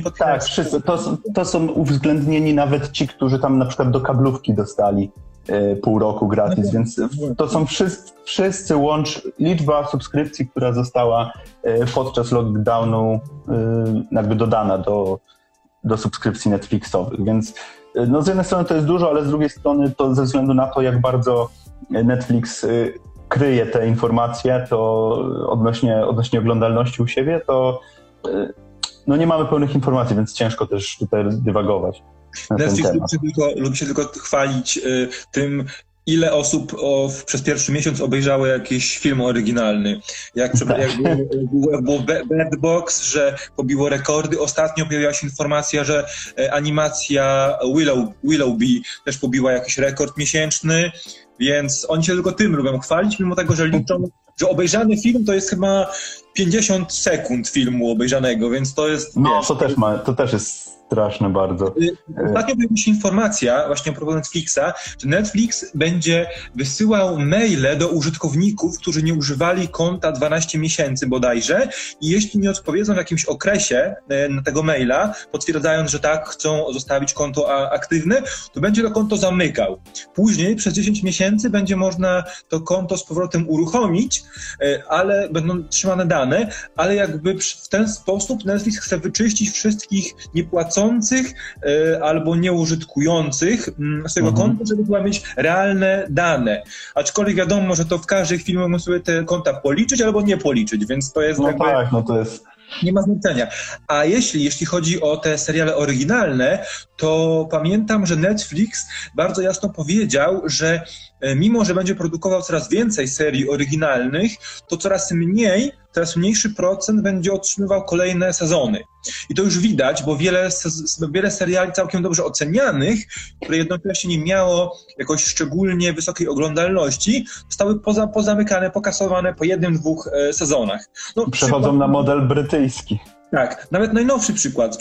wszyscy. To są uwzględnieni nawet ci, którzy tam na przykład do kablówki dostali pół roku gratis, więc to są wszyscy liczba subskrypcji, która została podczas lockdownu jakby dodana do subskrypcji Netflixowych, więc no z jednej strony to jest dużo, ale z drugiej strony to ze względu na to, jak bardzo Netflix kryje te informacje, to odnośnie oglądalności u siebie, to no nie mamy pełnych informacji, więc ciężko też tutaj dywagować. Netflix lubi się tylko chwalić tym, ile osób przez pierwszy miesiąc obejrzało jakiś film oryginalny. Jak było Bird Box, że pobiło rekordy. Ostatnio pojawiła się informacja, że animacja Willoughby też pobiła jakiś rekord miesięczny, więc oni się tylko tym lubią chwalić, mimo tego, że liczą, że obejrzany film to jest chyba 50 sekund filmu obejrzanego, więc to jest... No, to też jest straszne bardzo. Ostatnio pojawiła się informacja, właśnie a propos Netflixa, że Netflix będzie wysyłał maile do użytkowników, którzy nie używali konta 12 miesięcy bodajże i jeśli nie odpowiedzą w jakimś okresie na tego maila, potwierdzając, że tak, chcą zostawić konto aktywne, to będzie to konto zamykał. Później przez 10 miesięcy będzie można to konto z powrotem uruchomić, ale będą trzymane dane, ale jakby w ten sposób Netflix chce wyczyścić wszystkich niepłacących albo nieużytkujących z tego konta, żeby chyba mieć realne dane. Aczkolwiek wiadomo, że to w każdej chwili mogą sobie te konta policzyć albo nie policzyć, więc to jest to jest... Nie ma znaczenia. A jeśli chodzi o te seriale oryginalne, to pamiętam, że Netflix bardzo jasno powiedział, że mimo, że będzie produkował coraz więcej serii oryginalnych, to coraz mniejszy procent będzie otrzymywał kolejne sezony. I to już widać, bo wiele seriali całkiem dobrze ocenianych, które jednocześnie nie miało jakoś szczególnie wysokiej oglądalności, zostały pozamykane, pokasowane po 1-2 sezonach. Przechodzą na model brytyjski. Tak, nawet najnowszy przykład,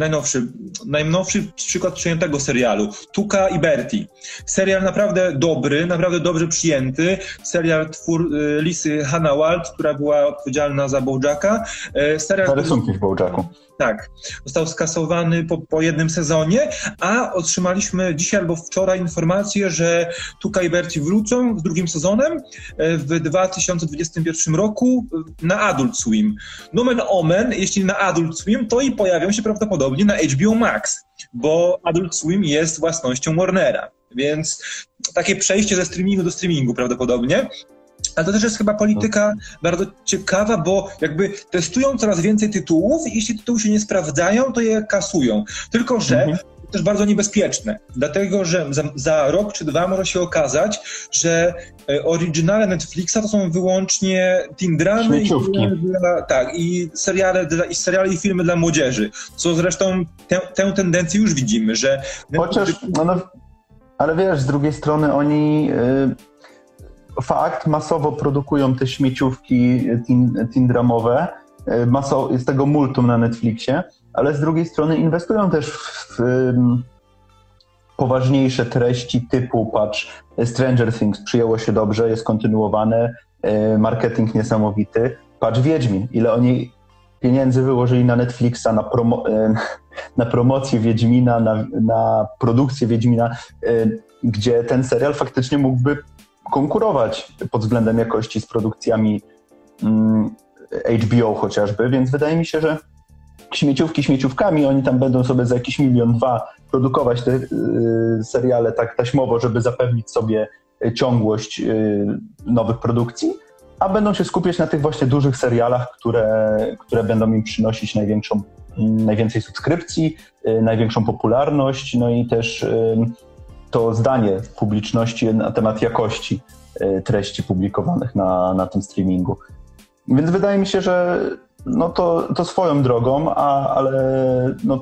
najnowszy przykład przyjętego serialu, Tuca i Bertie. Serial naprawdę dobry, naprawdę dobrze przyjęty. Serial Lisy Hannah Wald, która była odpowiedzialna za BoJacka. Za rysunki w BoJacku. Tak, został skasowany po jednym sezonie, a otrzymaliśmy dzisiaj albo wczoraj informację, że Tuca i Bertie wrócą z drugim sezonem w 2021 roku na Adult Swim. Nomen omen, jeśli na Adult Swim, to i pojawią się prawdopodobnie na HBO Max, bo Adult Swim jest własnością Warnera, więc takie przejście ze streamingu do streamingu prawdopodobnie. Ale to też jest chyba polityka bardzo ciekawa, bo jakby testują coraz więcej tytułów i jeśli tytuły się nie sprawdzają, to je kasują. Tylko że to też bardzo niebezpieczne, dlatego że za rok czy dwa może się okazać, że oryginale Netflixa to są wyłącznie teen dramy i seriale i filmy dla młodzieży, co zresztą tę tendencję już widzimy, że... Ale wiesz, z drugiej strony oni... masowo produkują te śmieciówki teen dramowe, jest tego multum na Netflixie, ale z drugiej strony inwestują też w poważniejsze treści typu, Stranger Things przyjęło się dobrze, jest kontynuowane, marketing niesamowity, Wiedźmin, ile oni pieniędzy wyłożyli na Netflixa, na promocję Wiedźmina, na produkcję Wiedźmina, gdzie ten serial faktycznie mógłby konkurować pod względem jakości z produkcjami HBO chociażby, więc wydaje mi się, że śmieciówkami, oni tam będą sobie za jakiś 1-2 miliony produkować te seriale tak taśmowo, żeby zapewnić sobie ciągłość nowych produkcji, a będą się skupiać na tych właśnie dużych serialach, które będą im przynosić najwięcej subskrypcji, największą popularność, no i też to zdanie publiczności na temat jakości treści publikowanych na tym streamingu. Więc wydaje mi się, że no to swoją drogą, ale no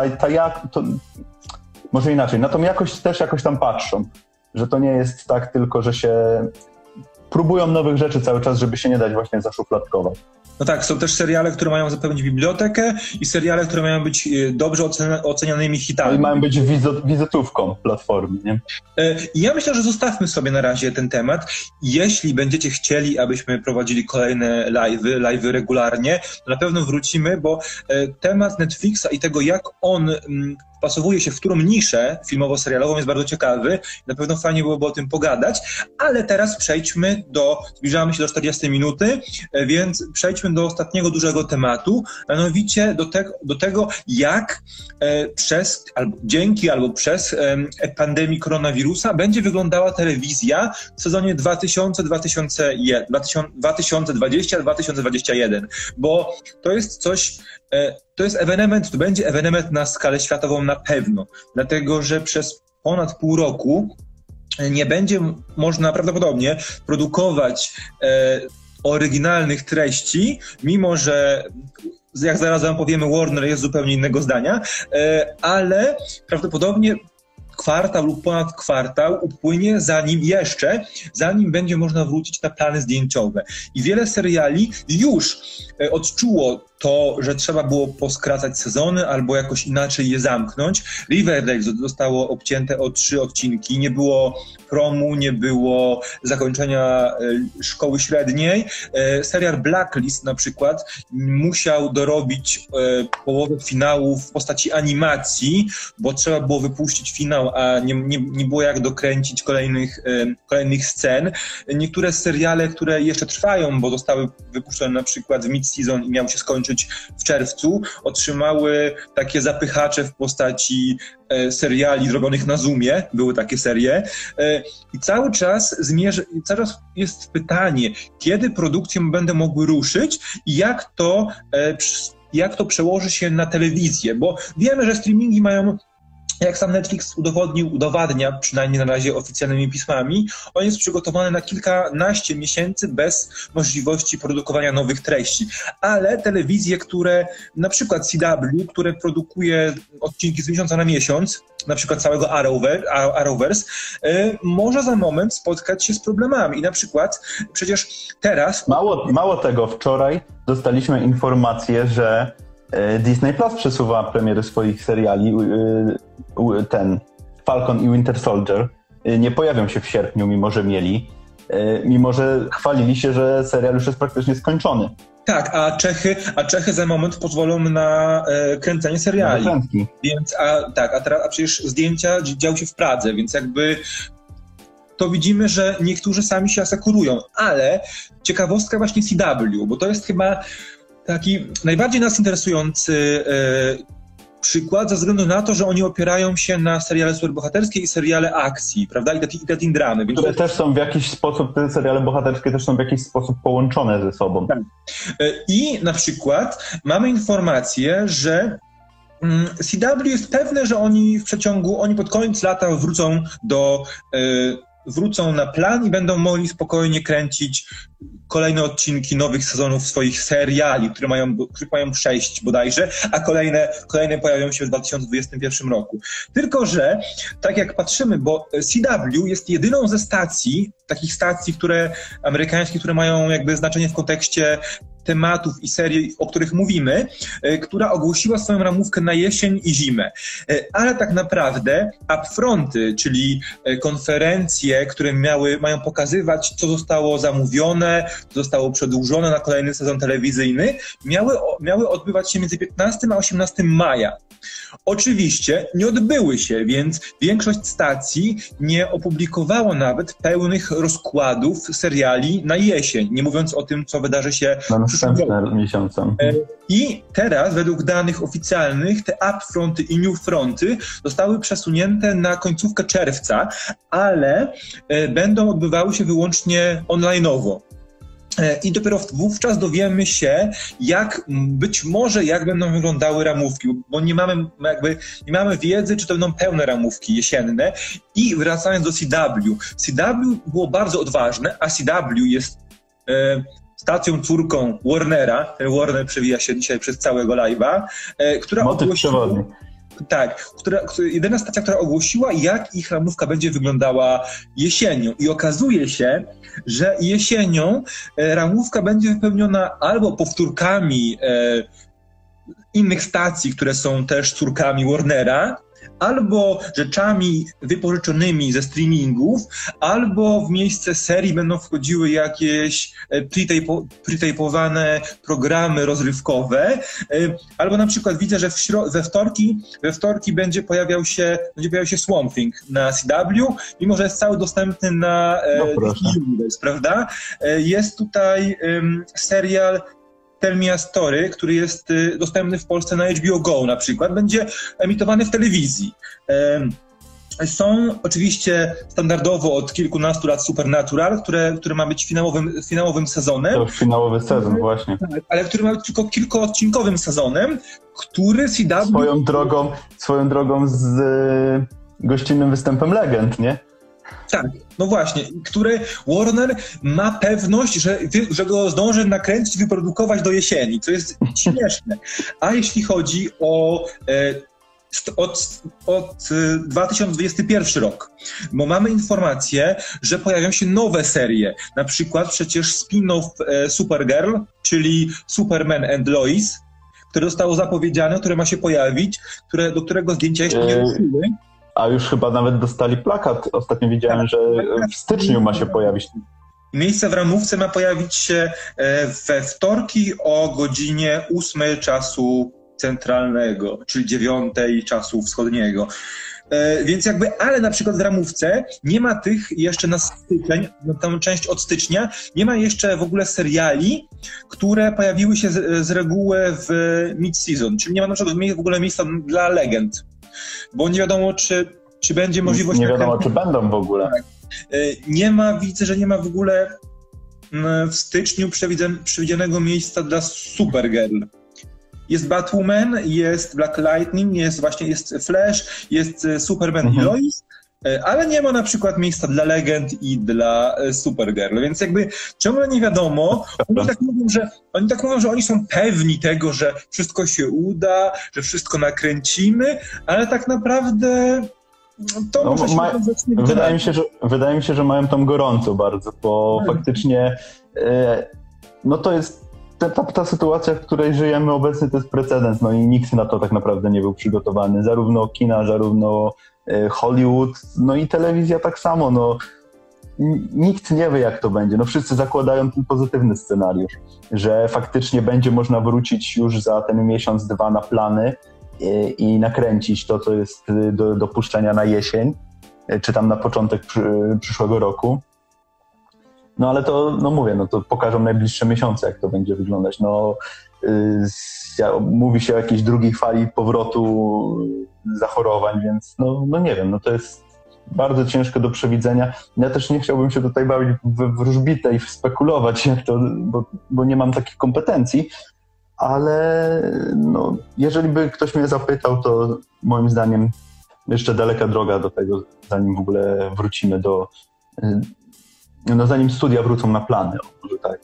może inaczej, na tą jakość też jakoś tam patrzą, że to nie jest tak tylko, że się próbują nowych rzeczy cały czas, żeby się nie dać właśnie zaszufladkować. No tak, są też seriale, które mają zapewnić bibliotekę i seriale, które mają być dobrze ocenianymi hitami. I mają być wizytówką platformy, nie? I ja myślę, że zostawmy sobie na razie ten temat. Jeśli będziecie chcieli, abyśmy prowadzili kolejne live'y regularnie, to na pewno wrócimy, bo temat Netflixa i tego, jak on wpasowuje się w którą niszę filmowo-serialową, jest bardzo ciekawy. Na pewno fajnie byłoby o tym pogadać, ale teraz zbliżamy się do 40 minuty, więc przejdźmy do ostatniego dużego tematu, mianowicie do tego, jak dzięki albo przez pandemię koronawirusa będzie wyglądała telewizja w sezonie 2020-2021, bo to jest coś, to jest ewenement, to będzie ewenement na skalę światową na pewno, dlatego że przez ponad pół roku nie będzie można prawdopodobnie produkować oryginalnych treści, mimo że, jak zaraz wam powiemy, Warner jest zupełnie innego zdania, ale prawdopodobnie kwartał lub ponad kwartał upłynie, zanim będzie można wrócić na plany zdjęciowe. I wiele seriali już odczuło to, że trzeba było poskracać sezony albo jakoś inaczej je zamknąć. Riverdale zostało obcięte o 3 odcinki, nie było promu, nie było zakończenia szkoły średniej. Serial Blacklist na przykład musiał dorobić połowę finału w postaci animacji, bo trzeba było wypuścić finał, a nie było jak dokręcić kolejnych scen. Niektóre seriale, które jeszcze trwają, bo zostały wypuszczone na przykład w mid-season i miały się skończyć w czerwcu, otrzymały takie zapychacze w postaci seriali zrobionych na Zoomie, były takie serie. I cały czas jest pytanie, kiedy produkcje będą mogły ruszyć i jak to przełoży się na telewizję, bo wiemy, że streamingi mają, jak sam Netflix udowadnia, przynajmniej na razie oficjalnymi pismami, on jest przygotowany na kilkanaście miesięcy bez możliwości produkowania nowych treści. Ale telewizje, na przykład CW, które produkuje odcinki z miesiąca na miesiąc, na przykład całego Arrowverse, może za moment spotkać się z problemami. I na przykład przecież teraz... Mało tego, wczoraj dostaliśmy informację, że Disney Plus przesuwa premiery swoich seriali, ten Falcon i Winter Soldier nie pojawią się w sierpniu, mimo że chwalili się, że serial już jest praktycznie skończony. Tak, a Czechy za moment pozwolą na kręcenie seriali. Więc a przecież zdjęcia działy się w Pradze, więc jakby to widzimy, że niektórzy sami się asekurują, ale ciekawostka właśnie CW, bo to jest chyba taki najbardziej nas interesujący przykład ze względu na to, że oni opierają się na seriale superbohaterskie i seriale akcji, prawda? I te teen dramy. Które też są w jakiś sposób, te seriale bohaterskie też są w jakiś sposób połączone ze sobą. Tak. I na przykład mamy informację, że CW jest pewne, że oni pod koniec lata wrócą na plan i będą mogli spokojnie kręcić kolejne odcinki nowych sezonów swoich seriali, które mają 6 bodajże, a kolejne pojawią się w 2021 roku. Tylko że, tak jak patrzymy, bo CW jest jedyną ze takich stacji, amerykańskich, które mają jakby znaczenie w kontekście tematów i serii, o których mówimy, która ogłosiła swoją ramówkę na jesień i zimę. Ale tak naprawdę upfronty, czyli konferencje, które mają pokazywać, co zostało zamówione, co zostało przedłużone na kolejny sezon telewizyjny, miały odbywać się między 15 a 18 maja. Oczywiście nie odbyły się, więc większość stacji nie opublikowało nawet pełnych rozkładów seriali na jesień, nie mówiąc o tym, co wydarzy się następne miesiące. I teraz, według danych oficjalnych, te upfronty i newfronty zostały przesunięte na końcówkę czerwca, ale będą odbywały się wyłącznie online'owo. I dopiero wówczas dowiemy się, jak będą wyglądały ramówki, bo nie mamy wiedzy, czy to będą pełne ramówki jesienne. I wracając do CW. CW było bardzo odważne, a CW jest stacją córką Warnera. Ten Warner przewija się dzisiaj przez całego live'a, która jedyna stacja, która ogłosiła, jak ich ramówka będzie wyglądała jesienią. I okazuje się, że jesienią ramówka będzie wypełniona albo powtórkami innych stacji, które są też córkami Warnera, albo rzeczami wypożyczonymi ze streamingów, albo w miejsce serii będą wchodziły jakieś pre-tape'owane programy rozrywkowe, albo na przykład widzę, że we wtorki będzie pojawiał się Swamp Thing na CW, mimo że jest cały dostępny na Universe, prawda? Jest tutaj serial Tell Me a Story, który jest dostępny w Polsce na HBO Go na przykład, będzie emitowany w telewizji. Są oczywiście standardowo od kilkunastu lat Supernatural, które ma być finałowym sezonem. To już finałowy sezon, właśnie. Ale który ma być tylko kilkuodcinkowym sezonem, który CW... Swoją drogą z gościnnym występem legend, nie? Tak, no właśnie, który Warner ma pewność, że go zdąży nakręcić, wyprodukować do jesieni, co jest śmieszne. A jeśli chodzi o 2021 rok, bo mamy informację, że pojawią się nowe serie, na przykład przecież spin-off Supergirl, czyli Superman and Lois, które zostało zapowiedziane, które ma się pojawić, do którego zdjęcia jeszcze nie ruszyły. A już chyba nawet dostali plakat. Ostatnio widziałem, że w styczniu ma się pojawić. Miejsce w ramówce ma pojawić się we wtorki o godzinie 8 czasu centralnego, czyli 9 czasu wschodniego. Więc ale na przykład w ramówce nie ma tych jeszcze na styczeń, na tą część od stycznia, nie ma jeszcze w ogóle seriali, które pojawiły się z reguły w mid-season, czyli nie ma na przykład w ogóle miejsca dla legend. Bo nie wiadomo, czy będzie możliwość... Nie wiadomo, czy będą w ogóle. Tak. Widzę, że nie ma w ogóle w styczniu przewidzianego miejsca dla Supergirl. Jest Batwoman, jest Black Lightning, jest Flash, jest Superman i Lois, ale nie ma na przykład miejsca dla legend i dla Supergirl, więc ciągle nie wiadomo. Oni tak mówią, że oni są pewni tego, że wszystko się uda, że wszystko nakręcimy, ale tak naprawdę to może się wydaje mi się, że mają tam gorąco bardzo, bo faktycznie to jest ta sytuacja, w której żyjemy obecnie, to jest precedens, i nikt na to tak naprawdę nie był przygotowany. Zarówno kina, zarówno Hollywood, i telewizja tak samo. Nikt nie wie, jak to będzie. Wszyscy zakładają ten pozytywny scenariusz, że faktycznie będzie można wrócić już za ten miesiąc, dwa na plany i nakręcić to, co jest do puszczenia na jesień, czy tam na początek przyszłego roku. Ale to, mówię, to pokażą najbliższe miesiące, jak to będzie wyglądać. Mówi się o jakiejś drugiej fali powrotu zachorowań, więc nie wiem, to jest bardzo ciężko do przewidzenia. Ja też nie chciałbym się tutaj bawić w wróżbitę i spekulować, jak to, bo nie mam takich kompetencji, ale jeżeli by ktoś mnie zapytał, to moim zdaniem jeszcze daleka droga do tego, zanim w ogóle wrócimy zanim studia wrócą na plany, może tak.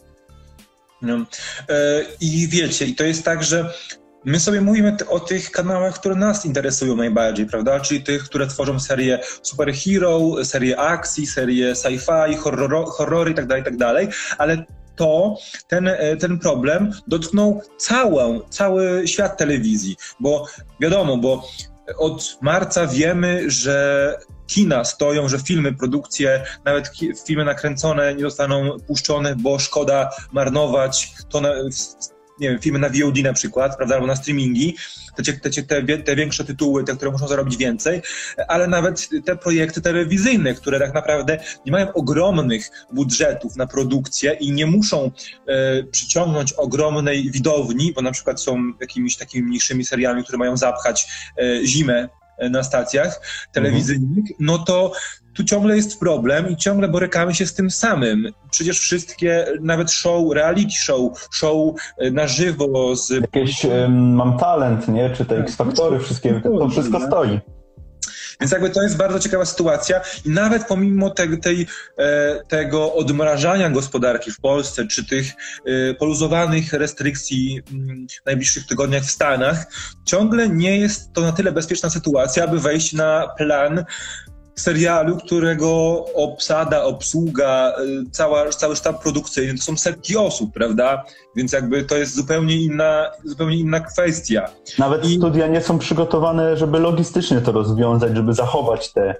I wiecie, i to jest tak, że my sobie mówimy o tych kanałach, które nas interesują najbardziej, prawda? Czyli tych, które tworzą serie superhero, serie akcji, serie sci-fi, horrory itd., ale ten problem dotknął cały świat telewizji, bo wiadomo, bo od marca wiemy, że kina stoją, że produkcje, nawet filmy nakręcone nie zostaną puszczone, bo szkoda marnować to filmy na VOD na przykład, prawda, albo na streamingi, te większe tytuły, te, które muszą zarobić więcej, ale nawet te projekty telewizyjne, które tak naprawdę nie mają ogromnych budżetów na produkcję i nie muszą przyciągnąć ogromnej widowni, bo na przykład są jakimiś takimi mniejszymi serialami, które mają zapchać zimę na stacjach telewizyjnych, to tu ciągle jest problem i ciągle borykamy się z tym samym. Przecież wszystkie, nawet reality show na żywo z... Jakieś Mam Talent, nie? Czy te X-Faktory, wszystkie, to wszystko stoi. Więc jakby to jest bardzo ciekawa sytuacja i nawet pomimo tego odmrażania gospodarki w Polsce, czy tych poluzowanych restrykcji w najbliższych tygodniach w Stanach, ciągle nie jest to na tyle bezpieczna sytuacja, aby wejść na plan serialu, którego obsługa, cały sztab produkcyjny to są setki osób, prawda? Więc jakby to jest zupełnie inna kwestia. Nawet studia nie są przygotowane, żeby logistycznie to rozwiązać, żeby zachować te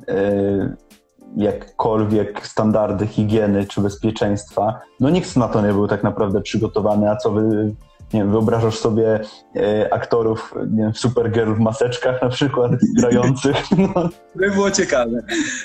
jakkolwiek standardy higieny czy bezpieczeństwa. No nikt na to nie był tak naprawdę przygotowany, a co wy... Nie wiem, wyobrażasz sobie aktorów, nie wiem, Supergirl w maseczkach na przykład, grających. No. To by było ciekawe.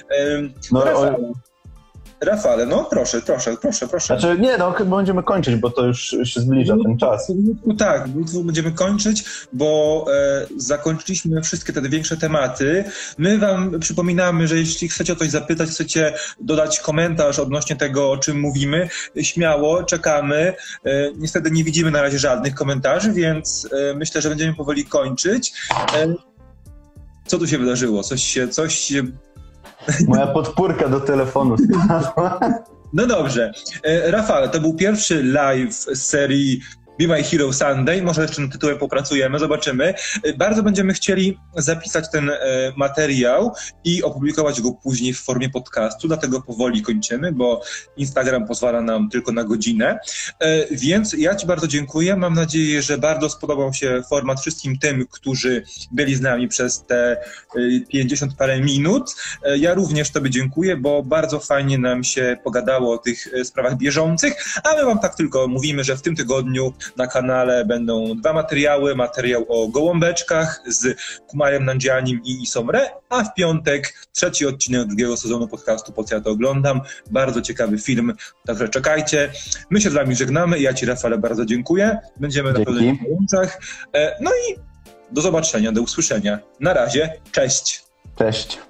Rafale, no proszę. Znaczy nie, no chyba będziemy kończyć, bo to już się zbliża ten czas. Tak, będziemy kończyć, bo zakończyliśmy wszystkie te większe tematy. My wam przypominamy, że jeśli chcecie o coś zapytać, chcecie dodać komentarz odnośnie tego, o czym mówimy, śmiało, czekamy. Niestety nie widzimy na razie żadnych komentarzy, więc myślę, że będziemy powoli kończyć. Co tu się wydarzyło? Coś się... Moja podpórka do telefonu spadła. No dobrze. Rafale, to był pierwszy live z serii Be My Hero Sunday. Może jeszcze nad tytułem popracujemy, zobaczymy. Bardzo będziemy chcieli zapisać ten materiał i opublikować go później w formie podcastu, dlatego powoli kończymy, bo Instagram pozwala nam tylko na godzinę. Więc ja ci bardzo dziękuję. Mam nadzieję, że bardzo spodobał się format wszystkim tym, którzy byli z nami przez te 50 parę minut. Ja również tobie dziękuję, bo bardzo fajnie nam się pogadało o tych sprawach bieżących, a my wam tak tylko mówimy, że w tym tygodniu na kanale będą 2 materiały. Materiał o gołąbeczkach z Kumajem Nandzianim i Isomre, a w piątek 3. odcinek 2. sezonu podcastu Po co ja to oglądam. Bardzo ciekawy film, także czekajcie. My się z wami żegnamy. Ja ci, Rafale, bardzo dziękuję. Będziemy na pewno w łączach. No i do zobaczenia, do usłyszenia. Na razie, cześć. Cześć.